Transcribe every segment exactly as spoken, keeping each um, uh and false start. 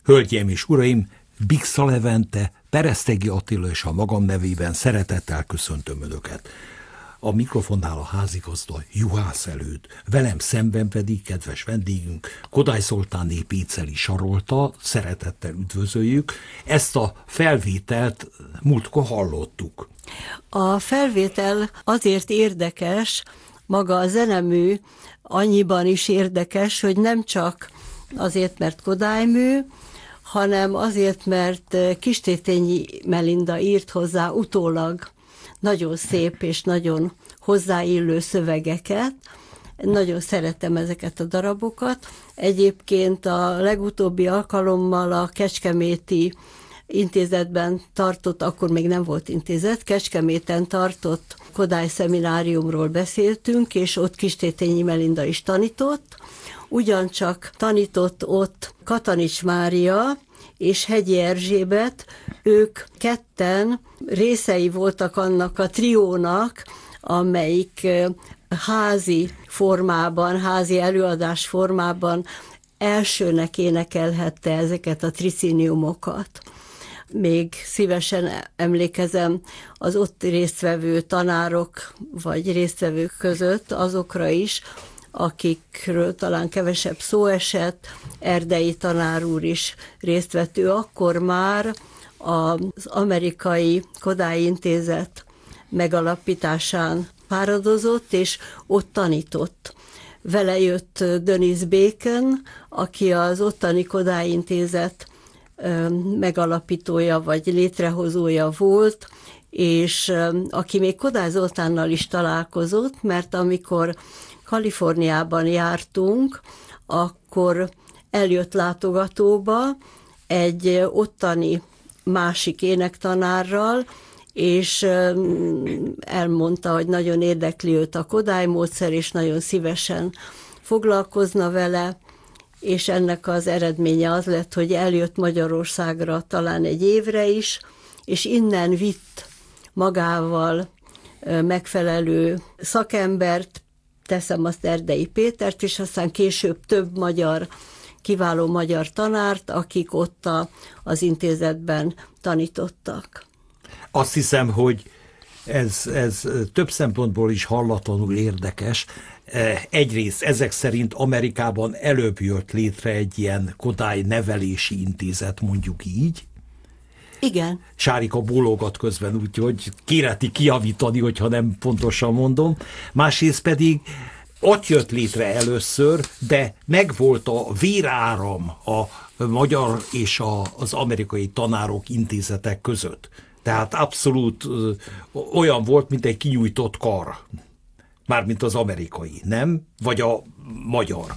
Hölgyeim és uraim, Bixa Levente, Peresztegi Attila és a magam nevében szeretettel köszöntöm Önöket. A mikrofonnál a házigazda Juhász Előd, velem szemben pedig kedves vendégünk Kodály Zoltánné Péceli Sarolta, szeretettel üdvözöljük. Ezt a felvételt múltkor hallottuk. A felvétel azért érdekes, maga a zenemű annyiban is érdekes, hogy nem csak azért, mert Kodálymű, hanem azért, mert Kistétényi Melinda írt hozzá utólag nagyon szép és nagyon hozzáillő szövegeket. Nagyon szeretem ezeket a darabokat. Egyébként a legutóbbi alkalommal a Kecskeméti intézetben tartott, akkor még nem volt intézet, Kecskeméten tartott Kodály szemináriumról beszéltünk, és ott Kistétényi Melinda is tanított. Ugyancsak tanított ott Katanics Mária és Hegyi Erzsébet, ők ketten részei voltak annak a triónak, amelyik házi formában, házi előadás formában elsőnek énekelhette ezeket a triciniumokat. Még szívesen emlékezem az ott résztvevő tanárok vagy résztvevők között azokra is, akikről talán kevesebb szó esett, Erdei tanár úr is részt vett. Ő akkor már az amerikai Kodály Intézet megalapításán fáradozott, és ott tanított. Vele jött Dennis Bacon, aki az ottani Kodály Intézet megalapítója vagy létrehozója volt, és aki még Kodály Zoltánnal is találkozott, mert amikor Kaliforniában jártunk, akkor eljött látogatóba egy ottani másik énektanárral, és elmondta, hogy nagyon érdekli őt a Kodály módszer, és nagyon szívesen foglalkozna vele, és ennek az eredménye az lett, hogy eljött Magyarországra talán egy évre is, és innen vitt magával megfelelő szakembert, teszem azt Erdei Pétert, és aztán később több magyar, kiváló magyar tanárt, akik ott a, az intézetben tanítottak. Azt hiszem, hogy ez, ez több szempontból is hallatlanul érdekes. Egyrészt ezek szerint Amerikában előbb jött létre egy ilyen Kodály nevelési intézet, mondjuk így. Igen. Sárika bólogat közben, úgyhogy kéreti kijavítani, hogyha nem pontosan mondom. Másrészt pedig ott jött létre először, de megvolt a véráram a magyar és a, az amerikai tanárok intézetek között. Tehát abszolút ö, olyan volt, mint egy kinyújtott kar. Mármint az amerikai, nem? Vagy a magyar?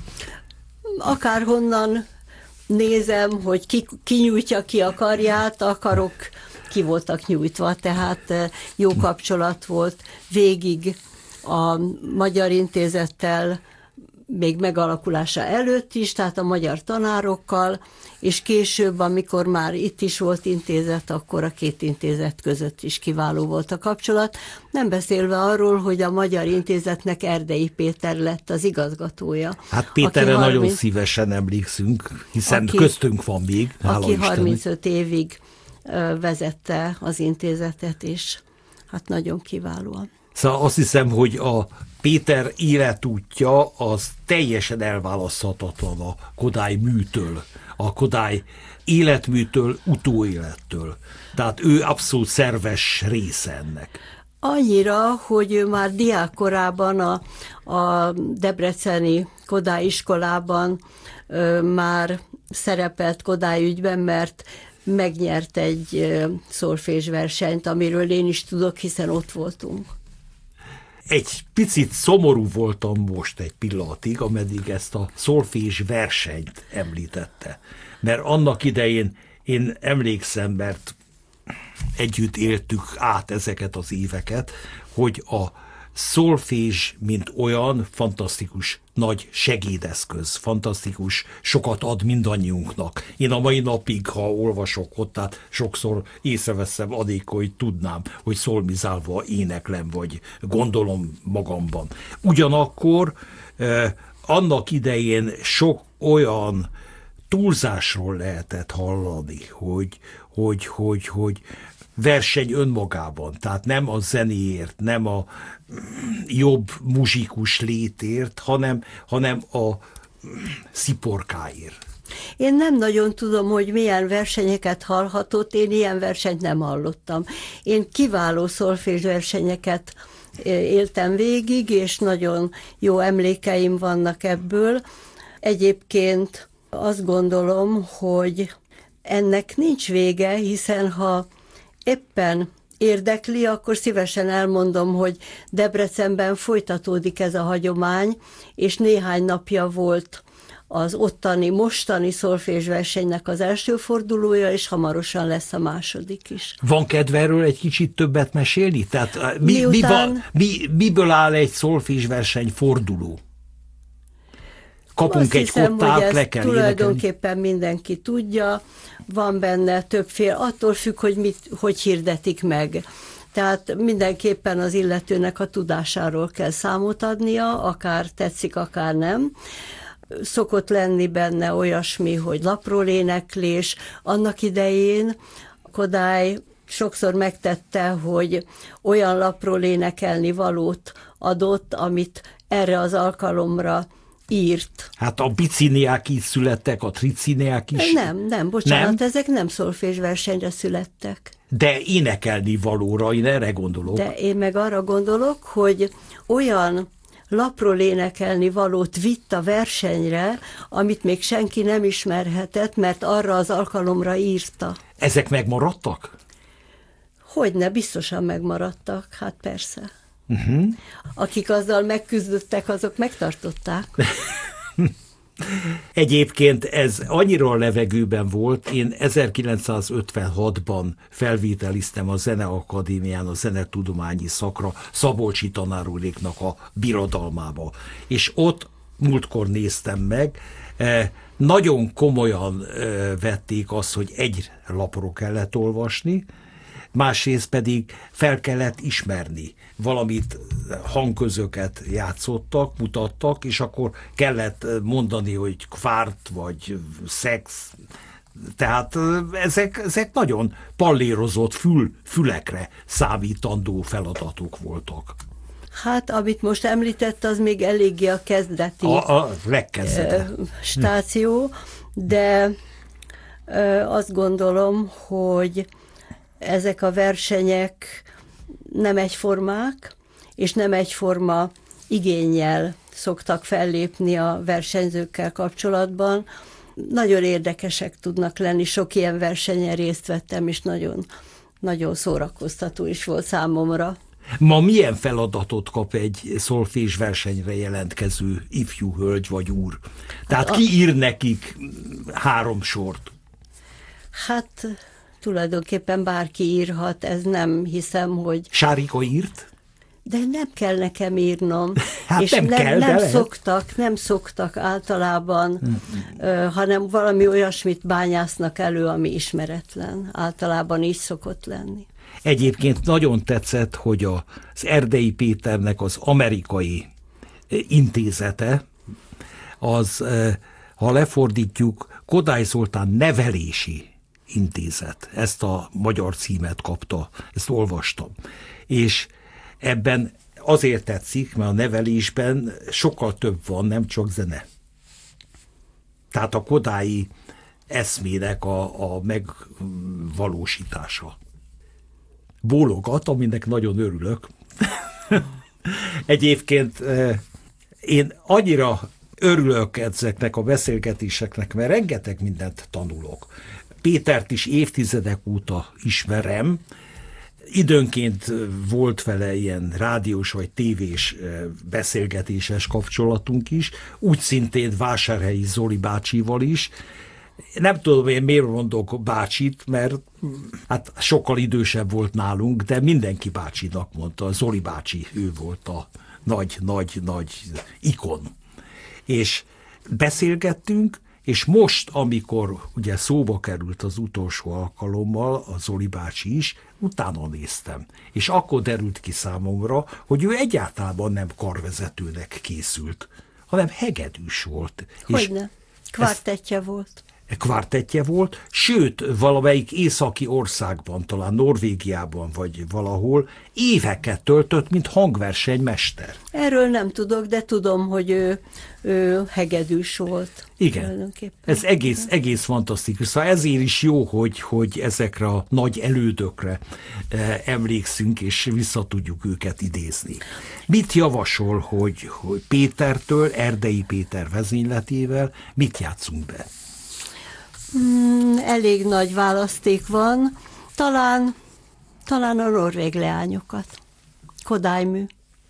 Akárhonnan nézem, hogy ki, ki nyújtja ki a karját, a karok ki voltak nyújtva, tehát jó kapcsolat volt végig a Magyar Intézettel, még megalakulása előtt is, tehát a magyar tanárokkal, és később, amikor már itt is volt intézet, akkor a két intézet között is kiváló volt a kapcsolat. Nem beszélve arról, hogy a Magyar Intézetnek Erdei Péter lett az igazgatója. Hát Péterre harminc nagyon szívesen emlékszünk, hiszen aki, köztünk van még. Aki harmincöt évig vezette az intézetet, és hát nagyon kiválóan. Szóval azt hiszem, hogy a Péter életútja az teljesen elválaszthatatlan a Kodály műtől, a Kodály életműtől, utóélettől. Tehát ő abszolút szerves része ennek. Annyira, hogy ő már diákkorában a, a debreceni Kodály iskolában ö, már szerepelt Kodály ügyben, mert megnyert egy szolfés versenyt, amiről én is tudok, hiszen ott voltunk. Egy picit szomorú voltam most egy pillanatig, ameddig ezt a szolfés versenyt említette. Mert annak idején én emlékszem, mert együtt éltük át ezeket az éveket, hogy a szolfés, mint olyan, fantasztikus nagy segédeszköz, fantasztikus, sokat ad mindannyiunknak. Én a mai napig, ha olvasok ott, tehát sokszor észreveszem adékor, hogy tudnám, hogy szolmizálva éneklem, vagy gondolom magamban. Ugyanakkor eh, annak idején sok olyan túlzásról lehetett hallani, hogy, hogy, hogy, hogy verseny önmagában, tehát nem a zenéért, nem a jobb muzsikus létért, hanem, hanem a sziporkáért. Én nem nagyon tudom, hogy milyen versenyeket hallhatott, én ilyen versenyt nem hallottam. Én kiváló szolfés versenyeket éltem végig, és nagyon jó emlékeim vannak ebből. Egyébként azt gondolom, hogy ennek nincs vége, hiszen ha éppen érdekli, akkor szívesen elmondom, hogy Debrecenben folytatódik ez a hagyomány, és néhány napja volt az ottani, mostani szolfésversenynek az első fordulója, és hamarosan lesz a második is. Van kedve erről egy kicsit többet mesélni? Tehát mi, Miután... mi, mi, miből áll egy szolfésverseny forduló? Kapunk Azt egy hiszem, kottát, hogy ezt le kell tulajdonképpen énekelni. mindenki tudja, van benne többféle, attól függ, hogy mit, hogy hirdetik meg. Tehát mindenképpen az illetőnek a tudásáról kell számot adnia, akár tetszik, akár nem. Szokott lenni benne olyasmi, hogy lapról éneklés. Annak idején Kodály sokszor megtette, hogy olyan lapról énekelni valót adott, amit erre az alkalomra írt. Hát a biciniák is születtek, a triciniák is. Nem, nem, bocsánat, nem? ezek nem szolfésversenyre születtek. De énekelni valóra, én erre gondolok. De én meg arra gondolok, hogy olyan lapról énekelni valót vitt a versenyre, amit még senki nem ismerhetett, mert arra az alkalomra írta. Ezek megmaradtak? Hogyne, biztosan megmaradtak, hát persze. Uh-huh. Akik azzal megküzdöttek, azok megtartották. Egyébként ez annyira a levegőben volt, én ezerkilencszázötvenhatban felvételiztem a Zeneakadémián a zenetudományi szakra Szabolcsi tanár úréknak a birodalmába. És ott múltkor néztem meg, eh, nagyon komolyan eh, vették azt, hogy egy lapról kellett olvasni, másrészt pedig fel kellett ismerni. Valamit, hangközöket játszottak, mutattak, és akkor kellett mondani, hogy kvárt vagy szex. Tehát ezek, ezek nagyon pallérozott fül, fülekre számítandó feladatok voltak. Hát, amit most említett, az még eléggé a kezdeti a, a legkezdete. stáció, de azt gondolom, hogy ezek a versenyek nem egyformák, és nem egyforma igénnyel szoktak fellépni a versenyzőkkel kapcsolatban. Nagyon érdekesek tudnak lenni, sok ilyen versenyen részt vettem, és nagyon, nagyon szórakoztató is volt számomra. Ma milyen feladatot kap egy szolfés versenyre jelentkező ifjú hölgy vagy úr? Tehát hát ki a... ír nekik három sort? Hát tulajdonképpen bárki írhat, ez nem hiszem, hogy... Sárika írt? De nem kell nekem írnom. Hát és nem, nem, kell, nem de szoktak, nem szoktak általában, uh, hanem valami olyasmit bányásznak elő, ami ismeretlen. Általában így szokott lenni. Egyébként nagyon tetszett, hogy az Erdei Péternek az amerikai intézete, az, ha lefordítjuk, Kodály Zoltán nevelési intézet. Ezt a magyar címet kapta, ezt olvastam. És ebben azért tetszik, mert a nevelésben sokkal több van, nem csak zene. Tehát a kodályi eszmének a, a megvalósítása. Bólogat, aminek nagyon örülök. Egyébként én annyira örülök ezeknek a beszélgetéseknek, mert rengeteg mindent tanulok. Pétert is évtizedek óta ismerem, időnként volt vele ilyen rádiós vagy tévés beszélgetéses kapcsolatunk is, úgy szintén Vásárhelyi Zoli bácsival is. Nem tudom én miért mondok bácsit, mert hát sokkal idősebb volt nálunk, de mindenki bácsinak mondta, Zoli bácsi, ő volt a nagy, nagy, nagy ikon. És beszélgettünk, és most, amikor ugye szóba került az utolsó alkalommal, a Zoli bácsi is, utána néztem. És akkor derült ki számomra, hogy ő egyáltalán nem karvezetőnek készült, hanem hegedűs volt. Hogyne? Kvartettje volt. kvartettje volt, sőt, valamelyik északi országban, talán Norvégiában vagy valahol éveket töltött, mint hangversenymester. Erről nem tudok, de tudom, hogy ő, ő hegedűs volt. Igen, ez egész, Igen. egész fantasztikus. Szóval ezért is jó, hogy, hogy ezekre a nagy elődökre emlékszünk, és vissza tudjuk őket idézni. Mit javasol, hogy, hogy Pétertől, Erdei Péter vezényletével mit játszunk be? Hmm, elég nagy választék van. Talán, talán a norvég leányokat. Kodálymű.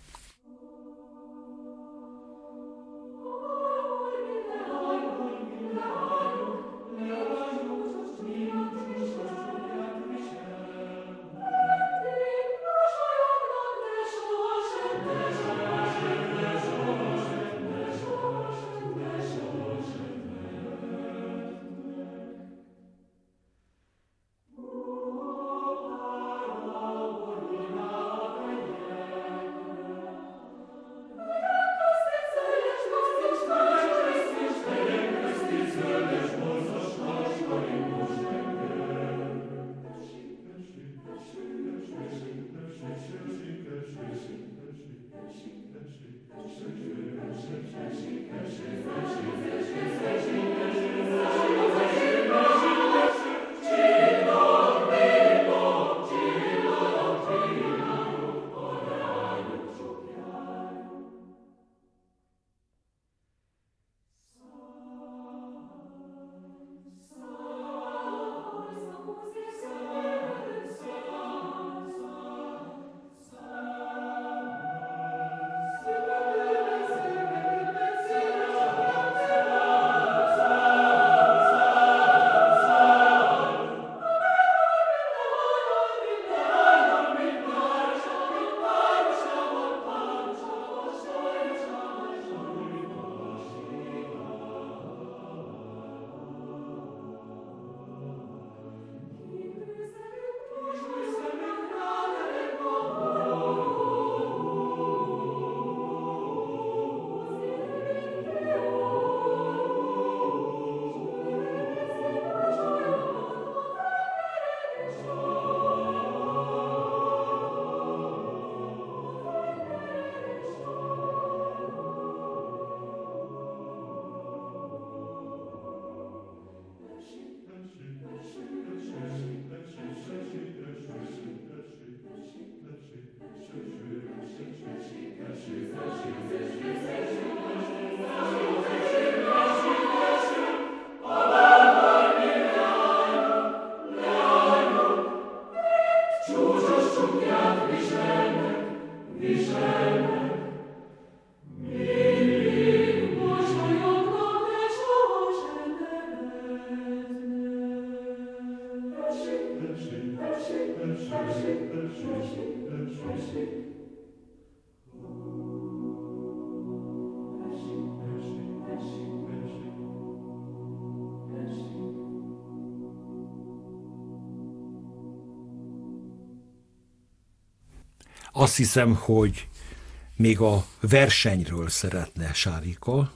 Azt hiszem, hogy még a versenyről szeretne Sárika.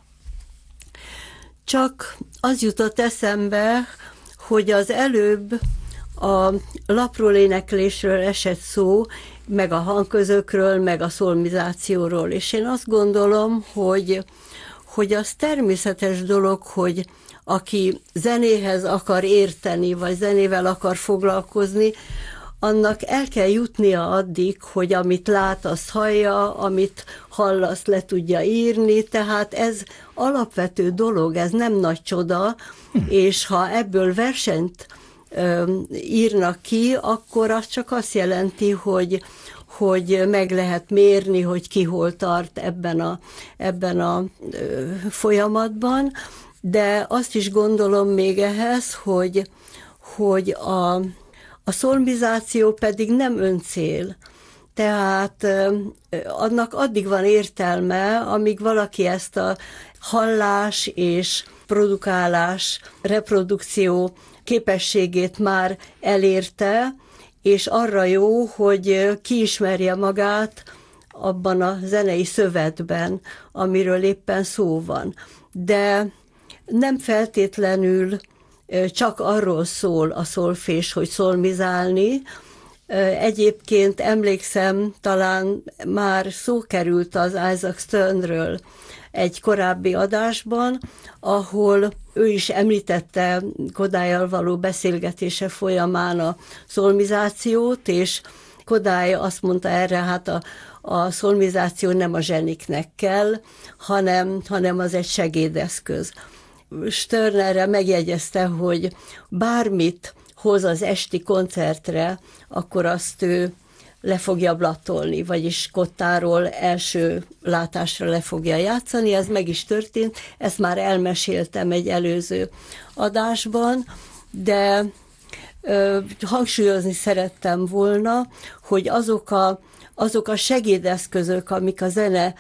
Csak az jutott eszembe, hogy az előbb a lapról éneklésről esett szó, meg a hangközökről, meg a szolmizációról, és én azt gondolom, hogy, hogy az természetes dolog, hogy aki zenéhez akar érteni, vagy zenével akar foglalkozni, annak el kell jutnia addig, hogy amit lát, azt hallja, amit hall, azt le tudja írni, tehát ez alapvető dolog, ez nem nagy csoda, hm. és ha ebből versenyt ö, írnak ki, akkor az csak azt jelenti, hogy, hogy meg lehet mérni, hogy ki hol tart ebben a, ebben a ö, folyamatban, de azt is gondolom még ehhez, hogy, hogy a A szolmizáció pedig nem öncél, tehát annak addig van értelme, amíg valaki ezt a hallás és produkálás, reprodukció képességét már elérte, és arra jó, hogy kiismerje magát abban a zenei szövetben, amiről éppen szó van. De nem feltétlenül csak arról szól a szolfés, hogy szolmizálni. Egyébként emlékszem, talán már szó került az Isaac Sternről egy korábbi adásban, ahol ő is említette Kodályjal való beszélgetése folyamán a szolmizációt, és Kodály azt mondta erre, hát a, a szolmizáció nem a zseniknek kell, hanem, hanem az egy segédeszköz. Stern erre megjegyezte, hogy bármit hoz az esti koncertre, akkor azt ő le fogja blattolni, vagyis kottáról első látásra le fogja játszani, ez meg is történt, ezt már elmeséltem egy előző adásban, de ö, hangsúlyozni szerettem volna, hogy azok a, azok a segédeszközök, amik a zene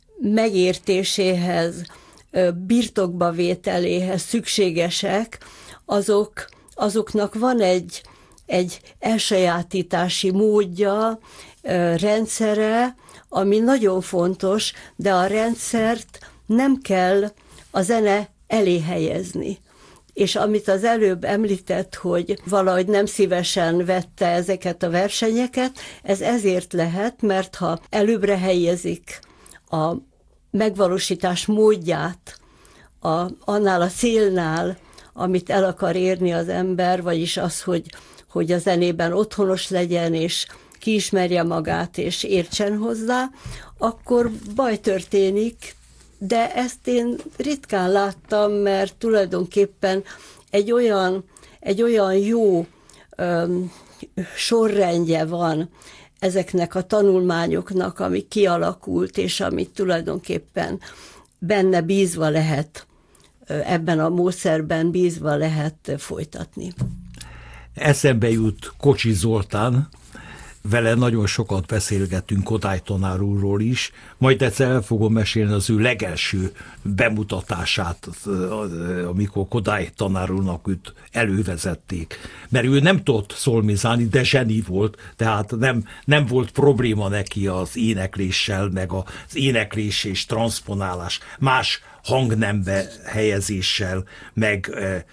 megértéséhez, ö, birtokba vételéhez szükségesek, azok, azoknak van egy egy elsajátítási módja, rendszere, ami nagyon fontos, de a rendszert nem kell a zene elé helyezni. És amit az előbb említett, hogy valahogy nem szívesen vette ezeket a versenyeket, ez ezért lehet, mert ha előbbre helyezik a megvalósítás módját a, annál a célnál, amit el akar érni az ember, vagyis az, hogy hogy a zenében otthonos legyen, és kiismerje magát, és értsen hozzá, akkor baj történik, de ezt én ritkán láttam, mert tulajdonképpen egy olyan, egy olyan jó öm, sorrendje van ezeknek a tanulmányoknak, ami kialakult, és amit tulajdonképpen benne bízva lehet, ebben a módszerben bízva lehet folytatni. Eszembe jut Kocsis Zoltán, vele nagyon sokat beszélgetünk Kodály tanár úrról is, majd egyszer el fogom mesélni az ő legelső bemutatását, amikor Kodály tanár úrnak őt elővezették. Mert ő nem tudott szolmizálni, de zseni volt, tehát nem, nem volt probléma neki az énekléssel, meg az éneklés és transponálás, más hangnembe helyezéssel, meg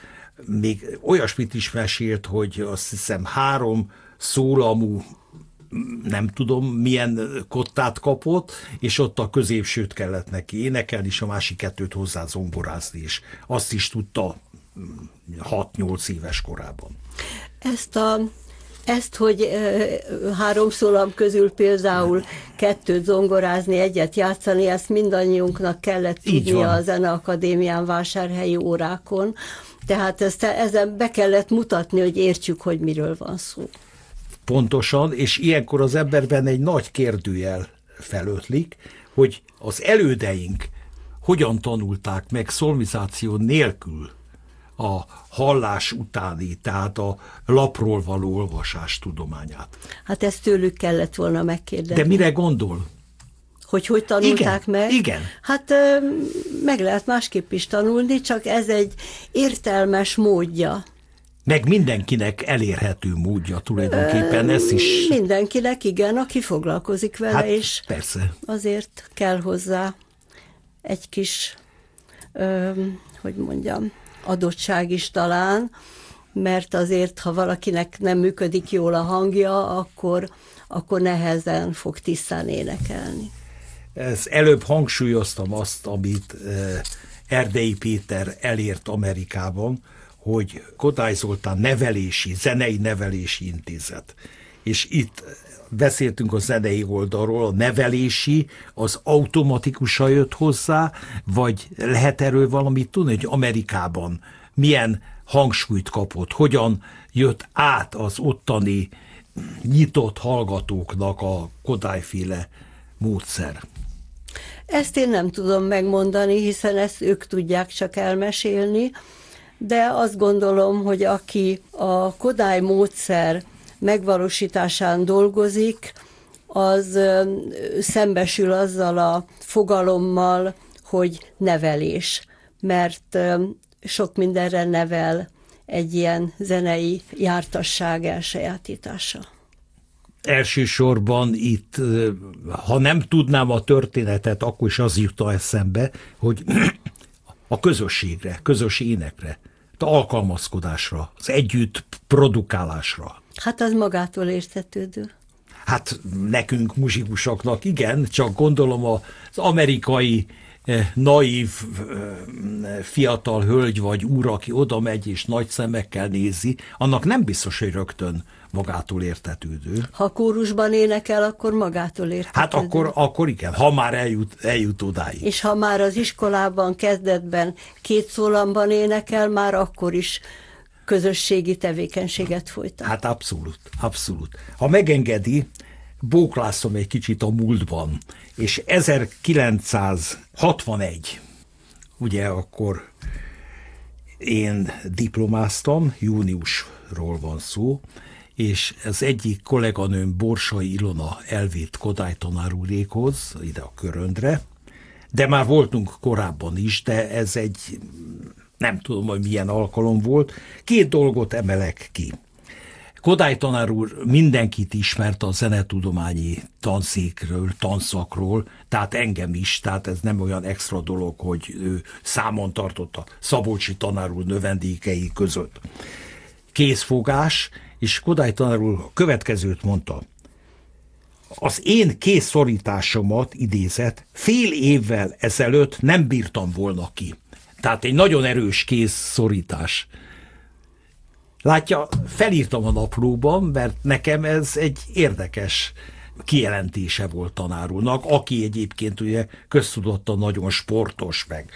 még olyasmit is mesélt, hogy azt hiszem három szólamú, nem tudom milyen kottát kapott, és ott a középsőt kellett neki énekelni, és a másik kettőt hozzá zongorázni, és azt is tudta hat-nyolc éves korában. Ezt a Ezt, hogy e, három szólam közül például kettőt zongorázni, egyet játszani, ezt mindannyiunknak kellett tudnia a Zeneakadémián vásárhelyi órákon. Tehát ezt, ezen be kellett mutatni, hogy értsük, hogy miről van szó. Pontosan, és ilyenkor az emberben egy nagy kérdőjel felötlik, hogy az elődeink hogyan tanulták meg szolmizáció nélkül a hallás utáni, tehát a lapról való olvasás tudományát. Hát ezt tőlük kellett volna megkérdezni. De mire gondol? Hogy hogy tanulták igen, meg? Igen. Hát meg lehet másképp is tanulni, csak ez egy értelmes módja. Meg mindenkinek elérhető módja tulajdonképpen, ez is. Mindenkinek, igen, aki foglalkozik vele, hát, és persze. Azért kell hozzá egy kis, ö, hogy mondjam, adottság is talán, mert azért, ha valakinek nem működik jól a hangja, akkor, akkor nehezen fog tisztán énekelni. Ez előbb hangsúlyoztam azt, amit Erdei Péter elért Amerikában, hogy Kodály Zoltán nevelési, zenei nevelési intézet. És itt beszéltünk a zenei oldalról, a nevelési, az automatikusan jött hozzá, vagy lehet erről valamit tudni, hogy Amerikában milyen hangsúlyt kapott, hogyan jött át az ottani nyitott hallgatóknak a Kodályféle módszer? Ezt én nem tudom megmondani, hiszen ezt ők tudják csak elmesélni, de azt gondolom, hogy aki a Kodály módszer megvalósításán dolgozik, az szembesül azzal a fogalommal, hogy nevelés, mert sok mindenre nevel egy ilyen zenei jártasság elsajátítása. Elsősorban itt, ha nem tudnám a történetet, akkor is az jut eszembe, hogy a közösségre, közös énekre alkalmazkodásra, az együtt produkálásra. Hát az magától értetődő. Hát nekünk muzsikusoknak igen, csak gondolom az amerikai eh, naív eh, fiatal hölgy vagy úr, aki oda megy és nagy szemekkel nézi, annak nem biztos, hogy rögtön magától értetődő. Ha kórusban énekel, akkor magától értetődő. Hát akkor, akkor igen, ha már eljut, eljut odáig. És ha már az iskolában, kezdetben két szólamban énekel, már akkor is közösségi tevékenységet folytat. Hát abszolút, abszolút. Ha megengedi, bóklászom egy kicsit a múltban, és ezerkilencszázhatvanegy, ugye akkor én diplomáztam, júniusról van szó, és az egyik kolléganőm Borsai Ilona elvitt Kodály tanár úrékhoz, ide a Köröndre, de már voltunk korábban is, de ez egy, nem tudom, hogy milyen alkalom volt. Két dolgot emelek ki. Kodály tanár úr mindenkit ismert a zenetudományi tanszékről, tanszakról, tehát engem is, tehát ez nem olyan extra dolog, hogy ő számon tartotta Szabolcsi tanár úr növendékei között. Kézfogás, és Kodály tanár úr a következőt mondta: az én kézszorításomat, idézett, fél évvel ezelőtt nem bírtam volna ki. Tehát egy nagyon erős kézszorítás. Látja, felírtam a naplóban, mert nekem ez egy érdekes kijelentése volt tanár úrnak, aki egyébként ugye köztudottan nagyon sportos, meg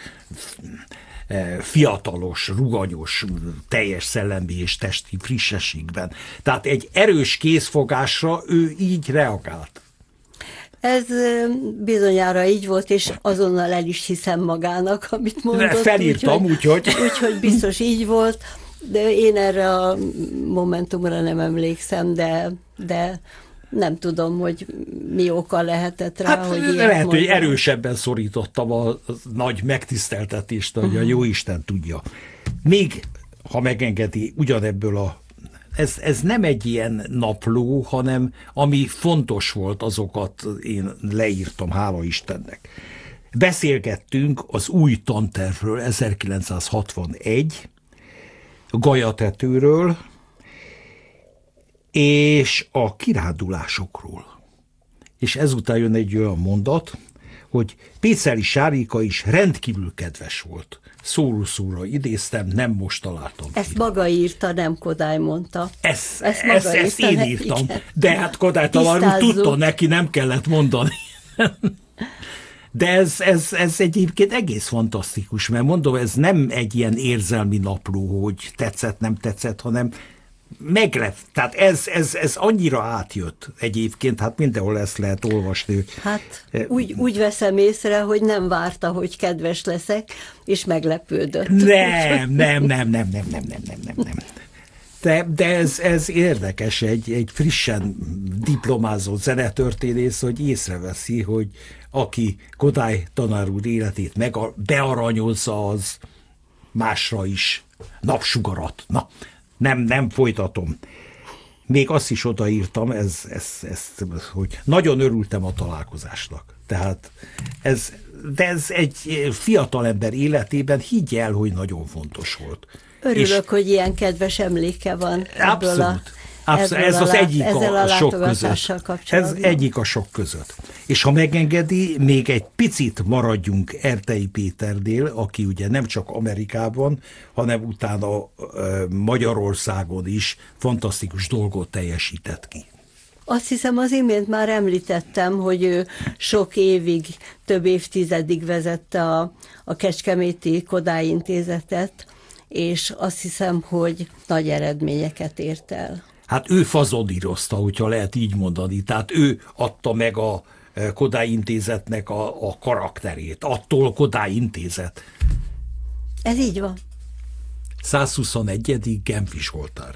fiatalos, ruganyos, teljes szellemi és testi frissességben. Tehát egy erős kézfogásra ő így reagált. Ez bizonyára így volt, és azonnal el is hiszem magának, amit mondott. Felírtam, úgyhogy... Úgyhogy úgy, biztos így volt, de én erre a momentumra nem emlékszem, de, de nem tudom, hogy mi oka lehetett rá, hát hogy ilyet lehet, mondom. hogy erősebben szorítottam a, a nagy megtiszteltetést, hogy a jóisten tudja. Még, ha megengedi, ugyanebből a Ez, ez nem egy ilyen napló, hanem ami fontos volt, azokat én leírtam, hála Istennek. Beszélgettünk az új tantervről, ezerkilencszázhatvanegy, Gajatetőről, és a kirándulásokról. És ezután jön egy olyan mondat, hogy Péceli Sárika is rendkívül kedves volt. Szóró-szóra idéztem, nem most találtam. Ezt maga írta, nem Kodály mondta. Ezt, ezt, ezt, ezt én írtam, igen. De hát Kodály tanár úr tudta, neki nem kellett mondani. De ez, ez, ez egyébként egész fantasztikus, mert mondom, ez nem egy ilyen érzelmi napló, hogy tetszett, nem tetszett, hanem meglep. Tehát ez, ez, ez annyira átjött egyébként, hát mindenhol ezt lehet olvasni. Hát úgy, úgy veszem észre, hogy nem várta, hogy kedves leszek, és meglepődött. Nem, nem, nem, nem, nem, nem, nem, nem, nem, nem. De, de ez, ez érdekes, egy, egy frissen diplomázott zenetörténész, hogy észreveszi, hogy aki Kodály tanár úr életét meg bearanyozza, az másra is napsugarat. Na, nem, nem folytatom. Még azt is odaírtam, ez, ez, ez, hogy nagyon örültem a találkozásnak. Tehát ez, de ez egy fiatalember életében higgy el, hogy nagyon fontos volt. Örülök, és hogy ilyen kedves emléke van ebből abszolút, a... abszolút, ez az lát, egyik a, a sok között. Ez egyik a sok között. És ha megengedi, még egy picit maradjunk Erdei Péternél, aki ugye nem csak Amerikában, hanem utána Magyarországon is fantasztikus dolgot teljesített ki. Azt hiszem, az imént már említettem, hogy ő sok évig, több évtizedig vezette a, a Kecskeméti Kodály Intézetet, és azt hiszem, hogy nagy eredményeket ért el. Hát ő fazonírozta, hogyha lehet így mondani. Tehát ő adta meg a Kodály Intézetnek a, a karakterét. Attól Kodály Intézet. Ez így van. százhuszonegyedik Genfi Zsoltár.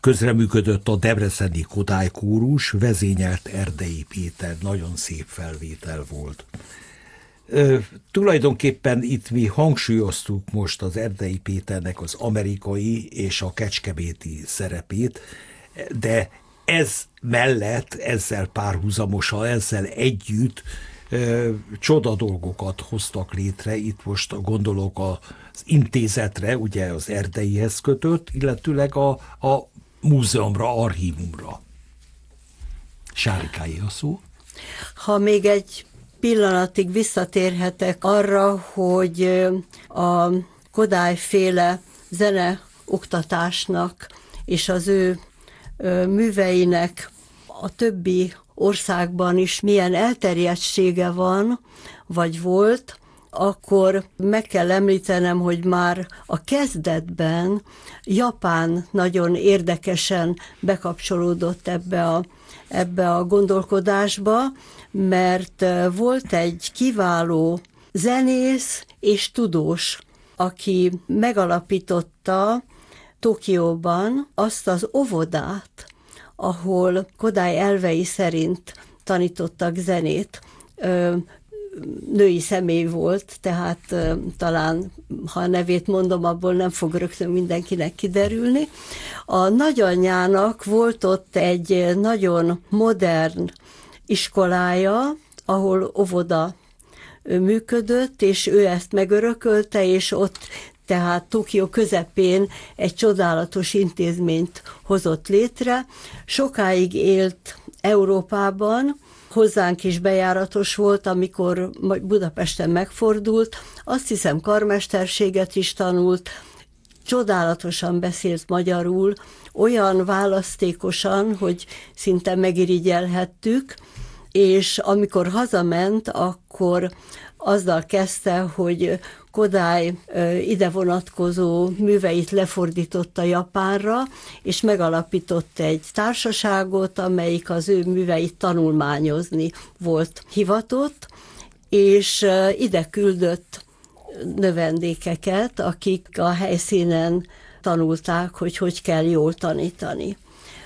Közreműködött a debreceni Kodály kórus, vezényelt Erdei Péter, nagyon szép felvétel volt. Ö, tulajdonképpen itt mi hangsúlyoztuk most az Erdei Péternek az amerikai és a kecskeméti szerepét, de ez mellett, ezzel párhuzamosan, ezzel együtt ö, csoda dolgokat hoztak létre. Itt most gondolok az intézetre, ugye az Erdeihez kötött, illetőleg a, a múzeumra, archívumra. Sárikái a szó. Ha még egy pillanatig visszatérhetek arra, hogy a Kodály-féle zeneoktatásnak és az ő műveinek a többi országban is milyen elterjedtsége van, vagy volt, akkor meg kell említenem, hogy már a kezdetben Japán nagyon érdekesen bekapcsolódott ebbe a, ebbe a gondolkodásba, mert volt egy kiváló zenész és tudós, aki megalapította Tokióban azt az óvodát, ahol Kodály elvei szerint tanítottak zenét. Női személy volt, tehát talán, ha a nevét mondom, abból nem fog rögtön mindenkinek kiderülni. A nagyanyjának volt ott egy nagyon modern iskolája, ahol óvoda működött, és ő ezt megörökölte, és ott tehát Tokió közepén egy csodálatos intézményt hozott létre. Sokáig élt Európában, hozzánk is bejáratos volt, amikor Budapesten megfordult, azt hiszem karmesterséget is tanult, csodálatosan beszélt magyarul, olyan választékosan, hogy szinte megirigyelhettük, és amikor hazament, akkor azzal kezdte, hogy Kodály ide vonatkozó műveit lefordította japánra, és megalapított egy társaságot, amelyik az ő műveit tanulmányozni volt hivatott, és ide küldött növendékeket, akik a helyszínen tanulták, hogy hogy kell jól tanítani.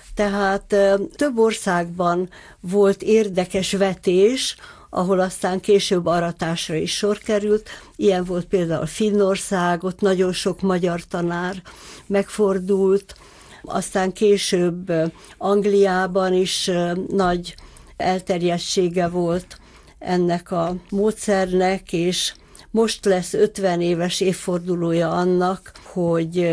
Tehát több országban volt érdekes vetés, ahol aztán később aratásra is sor került. Ilyen volt például Finnország, ott nagyon sok magyar tanár megfordult, aztán később Angliában is nagy elterjedtsége volt ennek a módszernek, és most lesz ötven éves évfordulója annak, hogy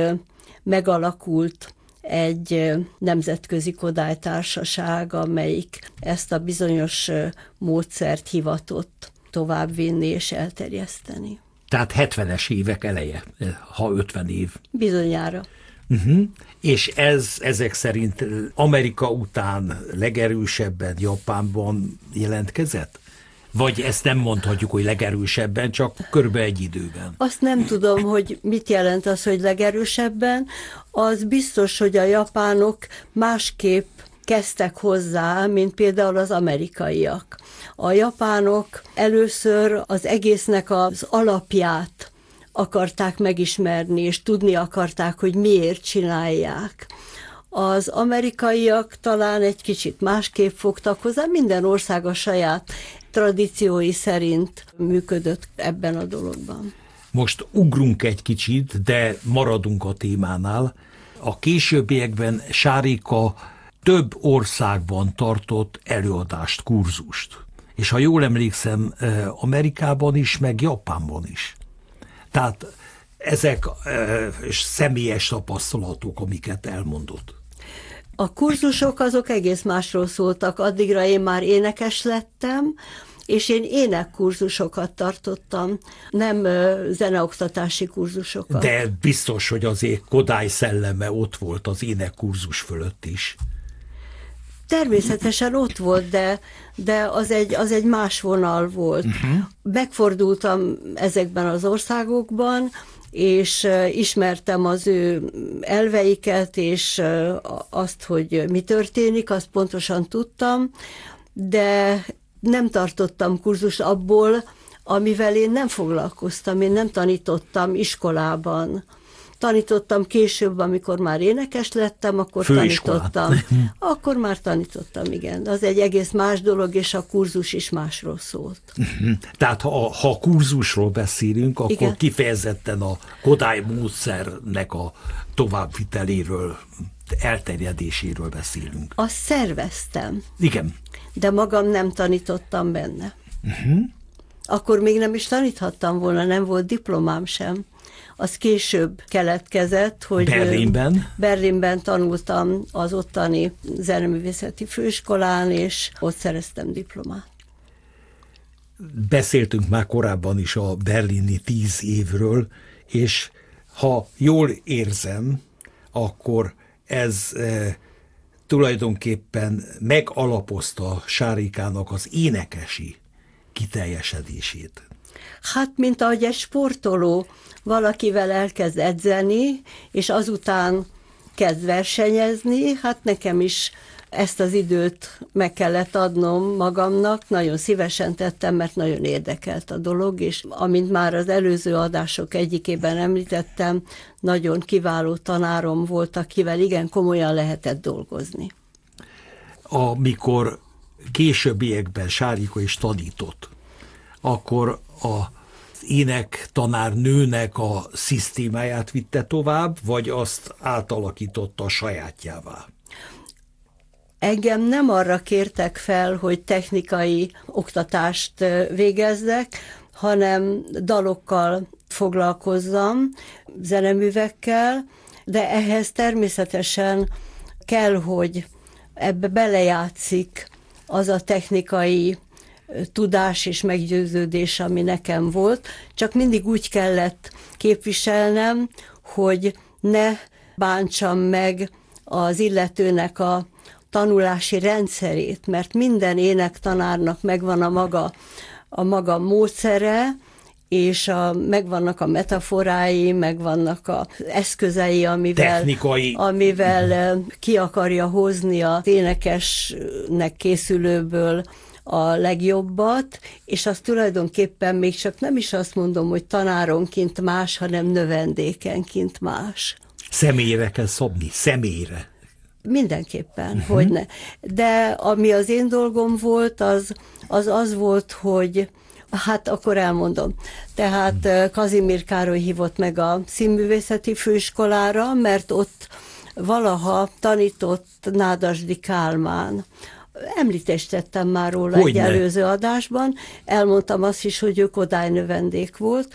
megalakult egy nemzetközi Kodály-társaság, amelyik ezt a bizonyos módszert hivatott továbbvinni és elterjeszteni. Tehát hetvenes évek eleje, ha ötven év. Bizonyára. Uh-huh. És ez ezek szerint Amerika után legerősebben Japánban jelentkezett? Vagy ezt nem mondhatjuk, hogy legerősebben, csak körülbelül egy időben? Azt nem tudom, hogy mit jelent az, hogy legerősebben. Az biztos, hogy a japánok másképp kezdtek hozzá, mint például az amerikaiak. A japánok először az egésznek az alapját akarták megismerni, és tudni akarták, hogy miért csinálják. Az amerikaiak talán egy kicsit másképp fogtak hozzá, minden ország a saját tradíciói szerint működött ebben a dologban. Most ugrunk egy kicsit, de maradunk a témánál. A későbbiekben Sárika több országban tartott előadást, kurzust. És ha jól emlékszem, Amerikában is, meg Japánban is. Tehát ezek személyes tapasztalatok, amiket elmondott. A kurzusok azok egész másról szóltak. Addigra én már énekes lettem, és én énekkurzusokat tartottam, nem zeneoktatási kurzusokat. De biztos, hogy azért Kodály szelleme ott volt az énekkurzus fölött is. Természetesen ott volt, de, de az, egy, az egy más vonal volt. Uh-huh. Megfordultam ezekben az országokban, és ismertem az ő elveiket, és azt, hogy mi történik, azt pontosan tudtam, de nem tartottam kurzust abból, amivel én nem foglalkoztam, én nem tanítottam iskolában. Tanítottam később, amikor már énekes lettem, akkor Főiskolán. tanítottam. Akkor már tanítottam, igen. Az egy egész más dolog, és a kurzus is másról szólt. Tehát ha, ha a kurzusról beszélünk, akkor igen, kifejezetten a Kodály módszernek a továbbviteléről, elterjedéséről beszélünk. Azt szerveztem. Igen. De magam nem tanítottam benne. Uh-huh. Akkor még nem is taníthattam volna, nem volt diplomám sem. Az később keletkezett, hogy Berlinben? Berlinben tanultam az ottani zeneművészeti főiskolán, és ott szereztem diplomát. Beszéltünk már korábban is a berlini tíz évről, és ha jól érzem, akkor ez e, tulajdonképpen megalapozta Sárikának az énekesi kiteljesedését. Hát, mint ahogy egy sportoló valakivel elkezd edzeni, és azután kezd versenyezni, hát nekem is ezt az időt meg kellett adnom magamnak, nagyon szívesen tettem, mert nagyon érdekelt a dolog, és amint már az előző adások egyikében említettem, nagyon kiváló tanárom volt, akivel igen komolyan lehetett dolgozni. Amikor későbbiekben Sárika is tanított, akkor a ének tanárnőnek a szisztémáját vitte tovább, vagy azt átalakította a sajátjává? Engem nem arra kértek fel, hogy technikai oktatást végezzek, hanem dalokkal foglalkozzam, zeneművekkel, de ehhez természetesen kell, hogy ebbe belejátszik az a technikai tudás és meggyőződés, ami nekem volt, csak mindig úgy kellett képviselnem, hogy ne bántsam meg az illetőnek a tanulási rendszerét, mert minden énektanárnak megvan a maga, a maga módszere, és a, megvannak a metaforái, megvannak az eszközei, amivel, amivel ki akarja hozni az énekesnek készülőből a legjobbat, és azt tulajdonképpen még csak nem is azt mondom, hogy tanáronként más, hanem növendékenként más. Személyre kell szabni, személyre. Mindenképpen, uh-huh. hogy ne. De ami az én dolgom volt, az az, az volt, hogy hát akkor elmondom. Tehát Kazimír Károly hívott meg a színművészeti főiskolára, mert ott valaha tanított Nádasdy Kálmán. Említést tettem már róla Hogyne. egy előző adásban. Elmondtam azt is, hogy ő Kodály növendék volt,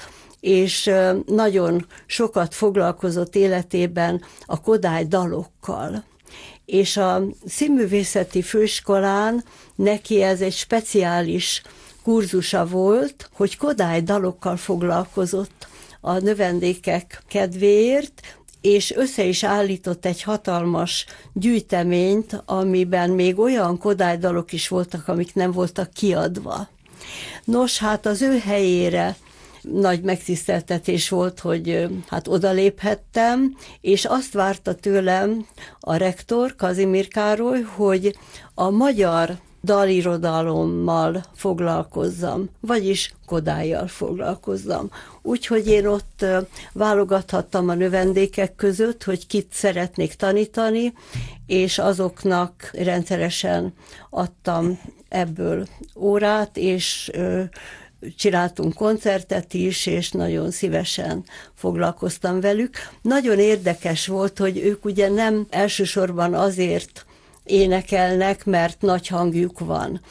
és nagyon sokat foglalkozott életében a Kodály dalokkal. És a színművészeti főiskolán neki ez egy speciális kurzusa volt, hogy Kodály dalokkal foglalkozott a növendékek kedvéért, és össze is állított egy hatalmas gyűjteményt, amiben még olyan Kodály dalok is voltak, amik nem voltak kiadva. Nos, hát az ő helyére nagy megtiszteltetés volt, hogy hát odaléphettem, és azt várta tőlem a rektor, Kazimír Károly, hogy a magyar dalirodalommal foglalkozzam, vagyis Kodállyal foglalkozzam. Úgyhogy én ott válogathattam a növendékek között, hogy kit szeretnék tanítani, és azoknak rendszeresen adtam ebből órát, és csináltunk koncertet is, és nagyon szívesen foglalkoztam velük. Nagyon érdekes volt, hogy ők ugye nem elsősorban azért énekelnek, mert nagy hangjuk van.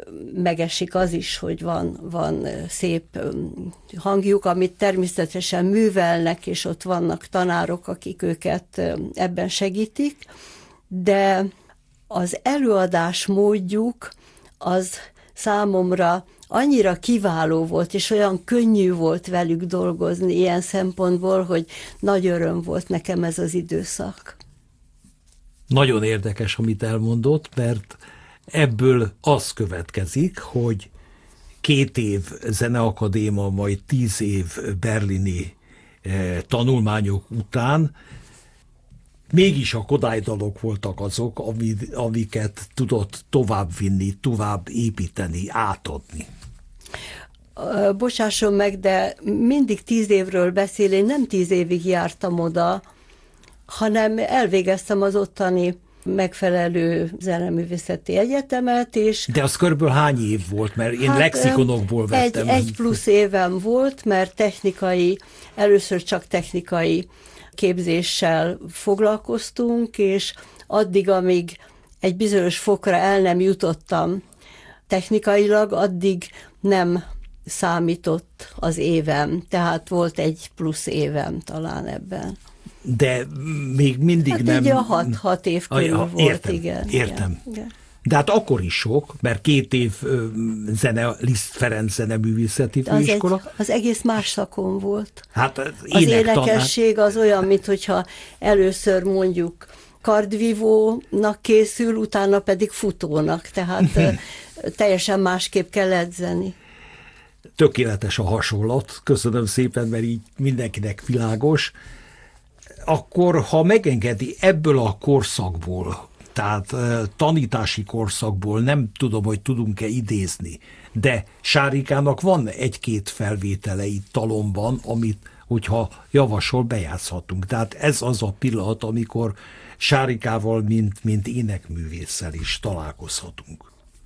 Megesik az is, hogy van, van szép hangjuk, amit természetesen művelnek, és ott vannak tanárok, akik őket ebben segítik, de az előadás módjuk az számomra annyira kiváló volt, és olyan könnyű volt velük dolgozni ilyen szempontból, hogy nagy öröm volt nekem ez az időszak. Nagyon érdekes, amit elmondott, mert ebből az következik, hogy két év zeneakadéma, majd tíz év berlini eh, tanulmányok után mégis a Kodály dalok voltak azok, amiket tudott továbbvinni, tovább építeni, átadni. Bocsásson meg, de mindig tíz évről beszél, én nem tíz évig jártam oda, hanem elvégeztem az ottani megfelelő zeneművészeti egyetemet, és... De az körülbelül hány év volt? Mert én hát, lexikonokból vettem. Egy, egy plusz évem volt, mert technikai, először csak technikai képzéssel foglalkoztunk, és addig, amíg egy bizonyos fokra el nem jutottam technikailag, addig nem számított az évem, tehát volt egy plusz évem talán ebben. De még mindig hát nem... így a hat, hat év körül a, volt, értem, igen. Értem. Igen. De hát akkor is sok, mert két év zene, Liszt Ferenc zeneművészeti főiskola. Az, egy, az egész más szakon volt. Hát az, az énekesség az olyan, mintha először mondjuk kardvívónak készül, utána pedig futónak, tehát teljesen másképp kell edzeni. Tökéletes a hasonlat, köszönöm szépen, mert így mindenkinek világos. Akkor, ha megengedi, ebből a korszakból, tehát tanítási korszakból nem tudom, hogy tudunk-e idézni, de Sárikának van egy-két felvétele itt Talomban, amit, hogyha javasol, bejátszhatunk. Tehát ez az a pillanat, amikor Sárikával, mint, mint énekművésszel is találkozhatunk.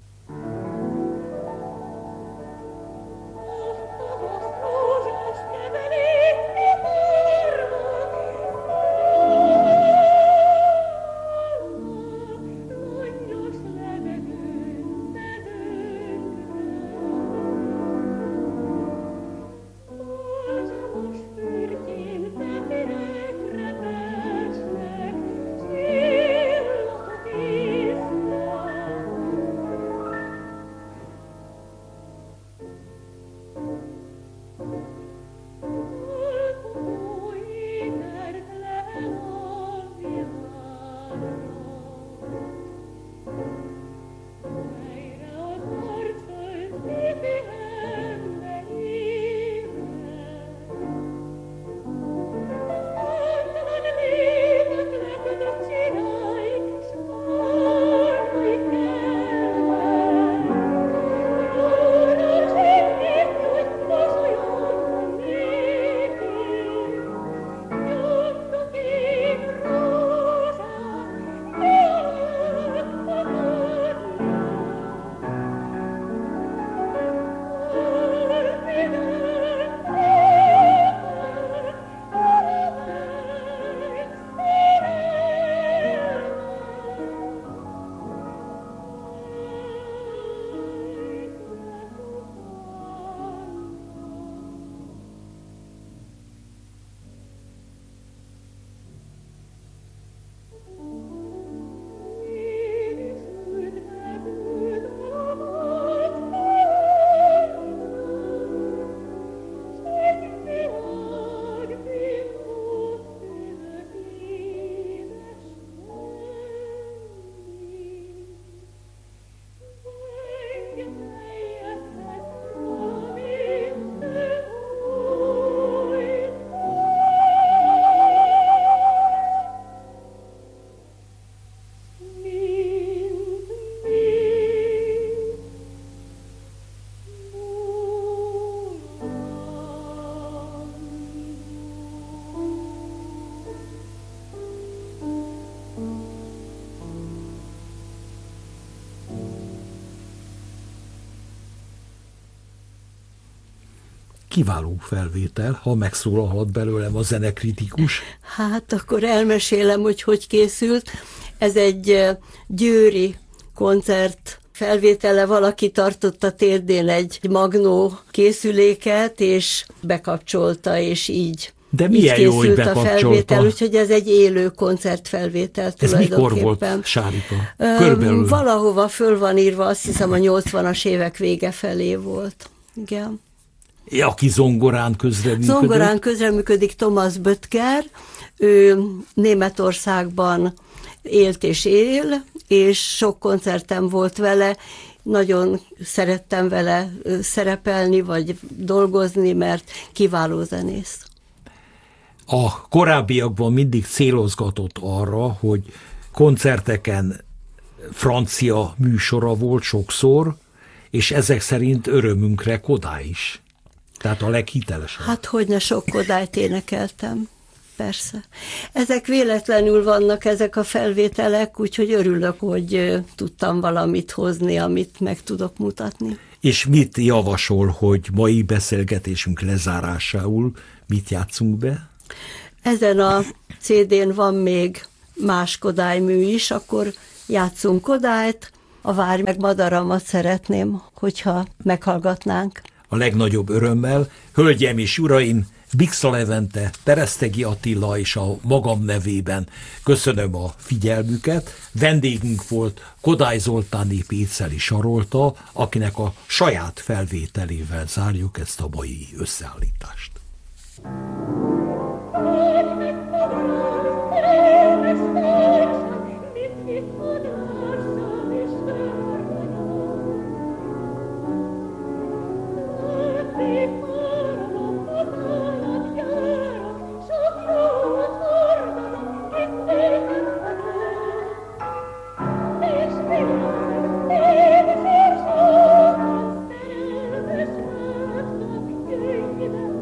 Kiváló felvétel, ha megszólalhat belőlem a zenekritikus. Hát akkor elmesélem, hogy hogy készült. Ez egy győri koncert felvétele, valaki tartott a térdén egy magnó készüléket, és bekapcsolta, és így. De milyen jó, hogy bekapcsolta. A felvétel, úgyhogy ez egy élő koncertfelvétel tulajdonképpen. Ez mikor volt, Sárika? Körülbelül. Valahova föl van írva, azt hiszem a nyolcvanas évek vége felé volt. Igen. Aki zongorán közreműködik? Zongorán közreműködik Thomas Böttger, ő Németországban élt és él, és sok koncertem volt vele, nagyon szerettem vele szerepelni, vagy dolgozni, mert kiváló zenész. A korábbiakban mindig célozgatott arra, hogy koncerteken francia műsora volt sokszor, és ezek szerint örömünkre Kodály is. Tehát a leghitelesebb. Hát hogyne sok Kodályt énekeltem. Persze. Ezek véletlenül vannak, ezek a felvételek, úgyhogy örülök, hogy tudtam valamit hozni, amit meg tudok mutatni. És mit javasol, hogy mai beszélgetésünk lezárásául mit játszunk be? Ezen a cé dén van még más Kodálymű is, akkor játszunk Kodályt, a Várj meg madaramat szeretném, hogyha meghallgatnánk. A legnagyobb örömmel, hölgyem és uraim, Bixa Levente, Peresztegi Attila és a magam nevében köszönöm a figyelmüket. Vendégünk volt Kodály Zoltáné Péceli Sarolta, akinek a saját felvételével zárjuk ezt a mai összeállítást. Thank you.